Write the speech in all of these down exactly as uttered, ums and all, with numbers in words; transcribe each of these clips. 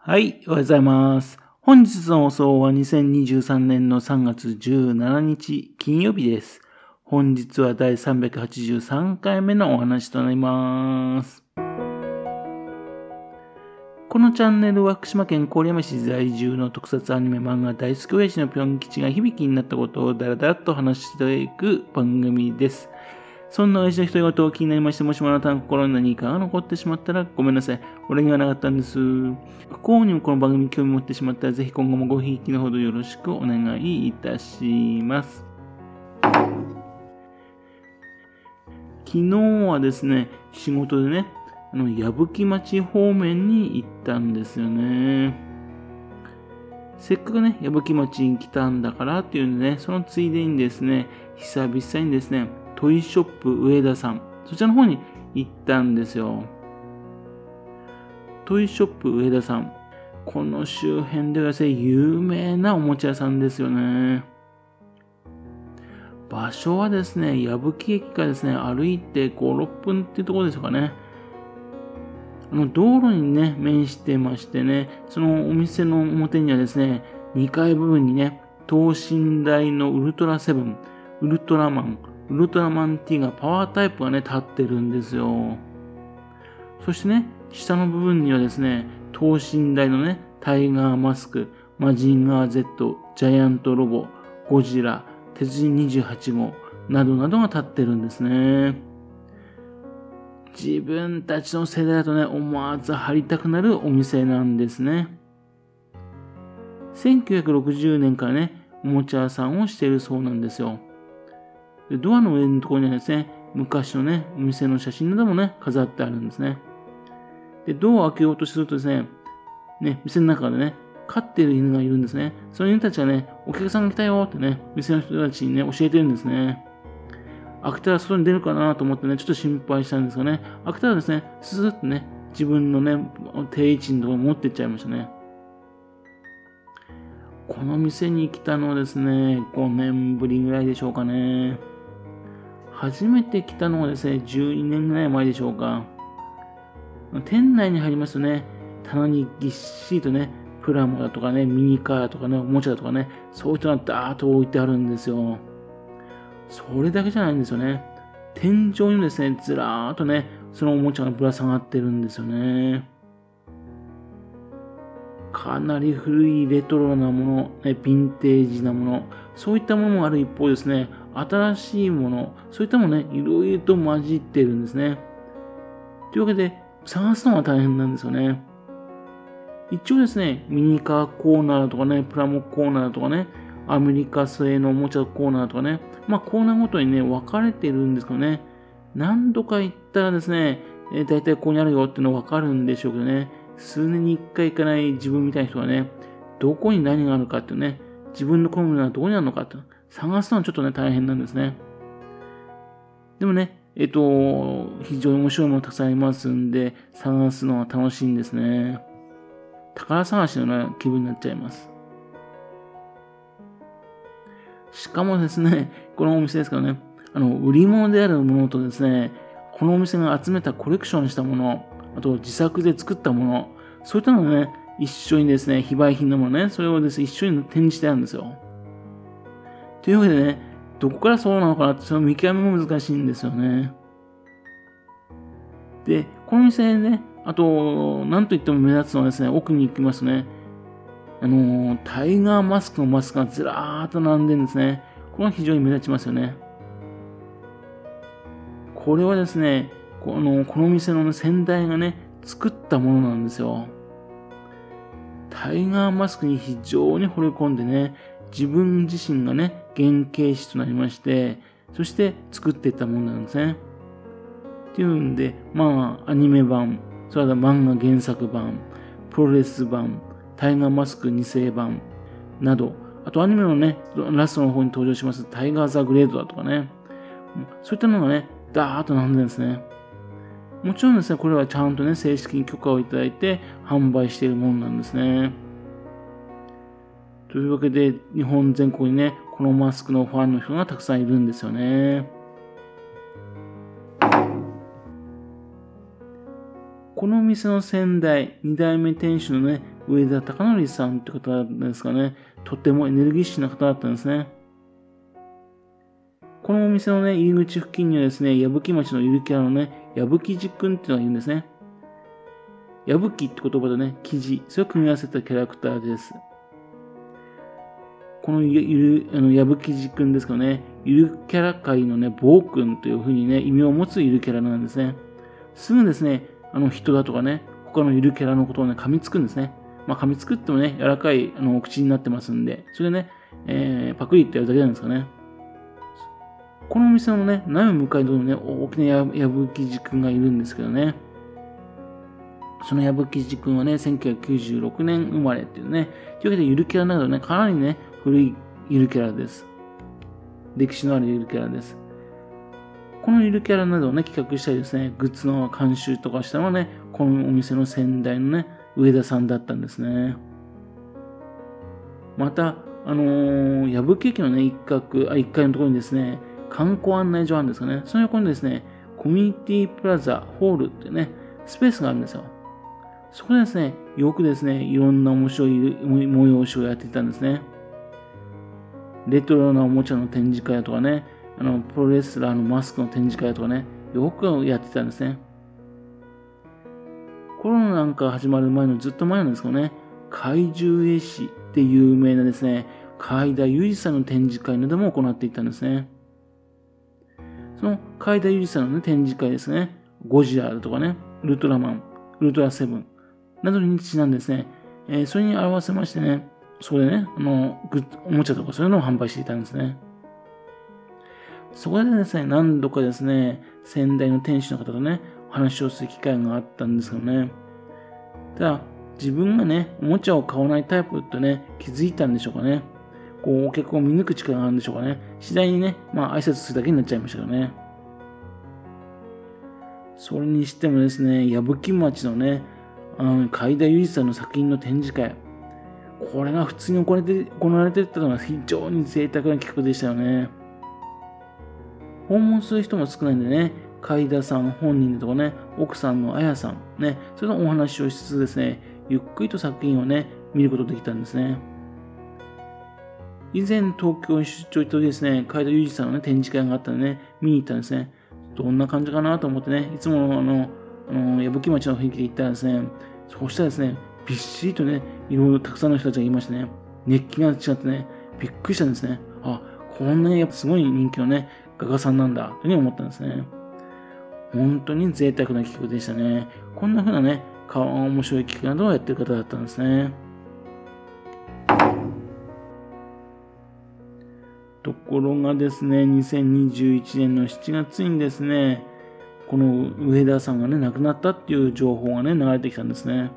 はい、おはようございます。本日の放送はにせんにじゅうさんねんのさんがつじゅうしちにち金曜日です。本日はだいさんびゃくはちじゅうさんかいめのお話となります。このチャンネルは福島県郡山市在住の特撮アニメ漫画大好き親父のぴょん吉が響きになったことをだらだらと話していく番組です。そんな親父の一言を気になりまして、もしもあなたの心に何かが残ってしまったらごめんなさい。俺にはなかったんです。不幸にもこの番組に興味持ってしまったら、ぜひ今後もごひいきのほどよろしくお願いいたします。昨日はですね、仕事でね、あの矢吹町方面に行ったんですよね。せっかくね、矢吹町に来たんだからっていうんでね、そのついでにですね、久々にですね、トイショップ上田さん、そちらの方に行ったんですよ。トイショップ上田さん、この周辺ではですね、有名なおもちゃ屋さんですよね。場所はですね、矢吹駅からですね、歩いてご、ろっぷんっていうところでしょうかね。あの道路にね、面してましてね、そのお店の表にはですね、にかい部分にね、等身大のウルトラセブン、ウルトラマン、ウルトラマン T がパワータイプがね、立ってるんですよ。そしてね、下の部分にはですね、等身大のね、タイガーマスク、マジンガー Z、ジャイアントロボ、ゴジラ、鉄人にじゅうはちごうなどなどが立ってるんですね。自分たちの世代だとね、思わず入りたくなるお店なんですね。せんきゅうひゃくろくじゅうねんからね、おもちゃ屋さんをしているそうなんですよ。でドアの上のところにはですね、昔のね、お店の写真などもね、飾ってあるんですね。で、ドアを開けようとするとですね、ね、店の中でね、飼っている犬がいるんですね。その犬たちがね、お客さんが来たよってね、店の人たちにね、教えてるんですね。開けたら外に出るかなと思ってね、ちょっと心配したんですがね、開けたらですね、スーッとね、自分のね、定位置のところに持ってっちゃいましたね。この店に来たのはですね、ごねんぶりぐらいでしょうかね。初めて来たのはですね、じゅうにねんぐらい前でしょうか。店内に入りますとね、棚にぎっしりとね、プラモだとかね、ミニカーだとかね、おもちゃだとかね、そういったのがダーッと置いてあるんですよ。それだけじゃないんですよね。天井にもですね、ずらーっとね、そのおもちゃがぶら下がってるんですよね。かなり古いレトロなもの、ヴィンテージなもの、そういったものもある一方ですね、新しいもの、そういったものね、いろいろと混じっているんですね。というわけで、探すのが大変なんですよね。一応ですね、ミニカーコーナーとかね、プラモコーナーとかね、アメリカ製のおもちゃコーナーとかね、まあコーナーごとにね、分かれているんですけどね、何度か行ったらですね、えー、大体ここにあるよっていうの分かるんでしょうけどね、数年に一回行かない自分みたいな人はね、どこに何があるかっていうね、自分の好みがどこにあるのかって探すのはちょっとね、大変なんですね。でもね、えっと、非常に面白いものたくさんありますんで、探すのは楽しいんですね。宝探しのような気分になっちゃいます。しかもですね、このお店ですからね、あの、売り物であるものとですね、このお店が集めたコレクションしたもの、あと自作で作ったもの、そういったのをね、一緒にですね、非売品のものね、それをですね、一緒に展示してあるんですよ。というわけでね、どこからそうなのかなって、その見極めも難しいんですよね。で、この店ね、あと、なんといっても目立つのはですね、奥に行きますとね、あのー、タイガーマスクのマスクがずらーっと並んでるんですね。これが非常に目立ちますよね。これはですね、この、この店の、ね、先代がね、作ったものなんですよ。タイガーマスクに非常に惚れ込んでね、自分自身がね、原型師となりまして、そして作っていったものなんですね。っていうんで、まあ、アニメ版、それから漫画原作版、プロレス版、タイガーマスクにせい版など、あとアニメのね、ラストの方に登場しますタイガーザグレードだとかね、そういったのがね、ダーッと並んでるんですね。もちろんですね、これはちゃんとね、正式に許可をいただいて販売しているものなんですね。というわけで、日本全国にね、このマスクのファンの人がたくさんいるんですよね。この店の先代、に代目店主のね、 上田貴則さんって方ですかね。とてもエネルギッシュな方だったんですね。このお店のね、入り口付近にはですね、矢吹町のゆるキャラのね、矢吹寺くんっていうのがいるんですね。矢吹って言葉とね、生地、それを組み合わせたキャラクターです。このゆる、あの、矢吹寺くんですけどね、ゆるキャラ界のね、暴君というふうにね、意味を持つゆるキャラなんですね。すぐですね、あの人だとかね、他のゆるキャラのことをね、噛みつくんですね。まあ、噛みつくってもね、柔らかいあのお口になってますんで、それでね、えー、パクリってやるだけなんですかね。このお店のね、斜め向かいのところにね、大きな矢吹寺くんがいるんですけどね。その矢吹寺くんはね、せんきゅうひゃくきゅうじゅうろくねん生まれっていうね。というわけで、ゆるキャラなどね、かなりね、古いゆるキャラです。歴史のあるゆるキャラです。このゆるキャラなどをね、企画したりですね、グッズの監修とかしたのはね、このお店の先代のね、上田さんだったんですね。また、あのー、矢吹駅のね、一角、あ、一階のところにですね、観光案内所あるんですかね。その横にですね、コミュニティプラザホールっていうね、スペースがあるんですよ。そこでですね、よくですね、いろんな面白い催しをやっていたんですね。レトロなおもちゃの展示会とかね、あの、プロレスラーのマスクの展示会とかね、よくやってたんですね。コロナなんか始まる前のずっと前なんですけどね、怪獣絵師って有名なですね、海田裕二さんの展示会なども行っていたんですね。その海田裕二さんの、ね、展示会ですね、ゴジラとかね、ウルトラマン、ウルトラセブンなどにちなんですね、えー、それに合わせましてね、そこでね、あの、グッおもちゃとかそういうのを販売していたんですね。そこでですね、何度かですね、先代の店主の方とね、お話をする機会があったんですけどね。ただ、自分がね、おもちゃを買わないタイプってね、気づいたんでしょうかね。こう、お客を見抜く力があるんでしょうかね。次第にね、まあ、挨拶するだけになっちゃいましたけどね。それにしてもですね、矢吹町のね、あの海田裕二さんの作品の展示会。これが普通に行われて行われてたのは非常に贅沢な企画でしたよね。訪問する人も少ないんでね、海田さん本人とかね、奥さんのあやさん、ね、それのお話をしつつですね、ゆっくりと作品をね、見ることができたんですね。以前東京に出張行った時ですね、海田裕二さんの、ね、展示会があったんでね、見に行ったんですね。どんな感じかなと思ってね、いつものあの、あの矢吹町の雰囲気で行ったらですね、そうしたらですね、びっしりとね、いろいろたくさんの人たちがいましてね、熱気が違ってね、びっくりしたんですね。あ、こんなにやっぱすごい人気のね、画家さんなんだ、というふうに思ったんですね。本当に贅沢な企画でしたね。こんな風なね、面白い企画などをやってる方だったんですね。ところがですね、にせんにじゅういちねんのしちがつにですね、この上田さんがね、亡くなったっていう情報がね、流れてきたんですね。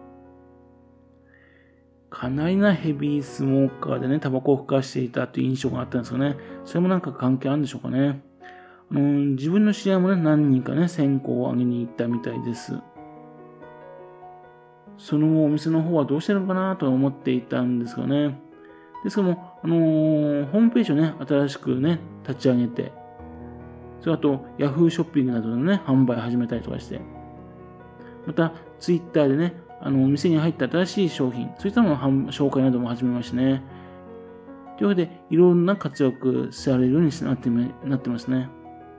かなりなヘビースモーカーでね、タバコをふかしていたという印象があったんですよね。それもなんか関係あるんでしょうかね。あの自分の知り合いもね、何人かね、線香をあげに行ったみたいです。その後、お店の方はどうしてるのかなと思っていたんですがね。ですけども、あのー、ホームページをね、新しくね、立ち上げて、それあと、ヤフーショッピングなどでね、販売始めたりとかして、また、ツイッターでね、あの、店に入った新しい商品、そういったものの紹介なども始めましてね。というわけで、いろんな活躍されるようになってなってますね。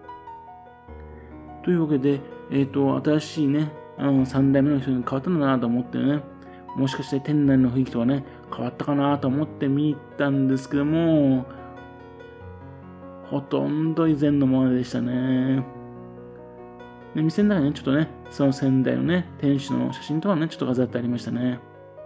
というわけで、えっ、ー、と、新しいね、あの、さん代目の人に変わったんだなと思ってね、もしかして店内の雰囲気とかね、変わったかなと思って見たんですけども、ほとんど以前のままでしたね。で店の中にね、ちょっとね、その先代のね、店主の写真とかね、ちょっと飾ってありましたね。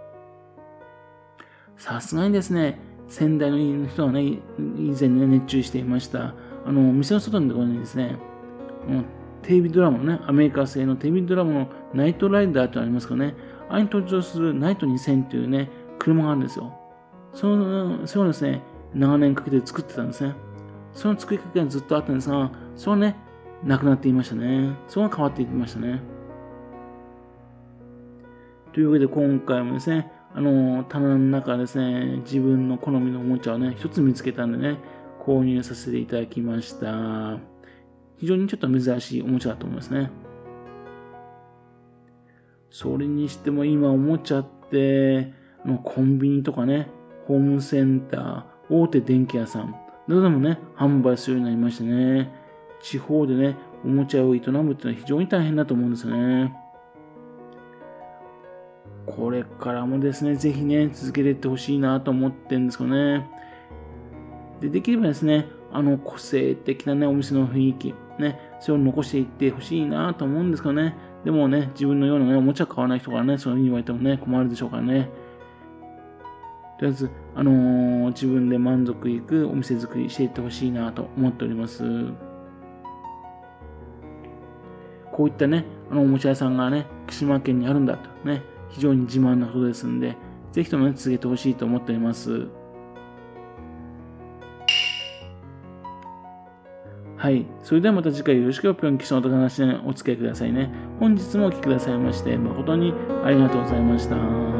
さすがにですね、先代の人はね、以前ね、熱中していました。あの、店の外のところにですね、テレビドラマのね、アメリカ製のテレビドラマのナイトライダーとありますかね、あれに登場するナイトにせんというね、車があるんですよ。その、それをですね、長年かけて作ってたんですね。その作りかけがずっとあったんですが、それはね、なくなっていましたね。それが変わっていきましたね。というわけで今回もですね、あの、棚の中ですね、自分の好みのおもちゃをね、一つ見つけたんでね、購入させていただきました。非常にちょっと珍しいおもちゃだと思いますね。それにしても今おもちゃって、あのコンビニとかね、ホームセンター、大手電気屋さんなどでもね、販売するようになりましたね。地方でね、おもちゃを営むっていうのは非常に大変だと思うんですよね。これからもですね、ぜひね、続けていってほしいなと思ってるんですけどね。で、できればですね、あの個性的なね、お店の雰囲気、ね、それを残していってほしいなと思うんですけどね。でもね、自分のようなね、おもちゃ買わない人からね、そういうふうに言われてもね、困るでしょうからね。とりあえず、あのー、自分で満足いくお店作りしていってほしいなと思っております。こういったね、あのおもちゃ屋さんがね、福島県にあるんだとね、非常に自慢なことですんで、ぜひともね、続けてほしいと思っております。はい。それではまた次回よろしくぴょん吉のお話でお付き合いくださいね。本日もお聴きくださいまして、誠にありがとうございました。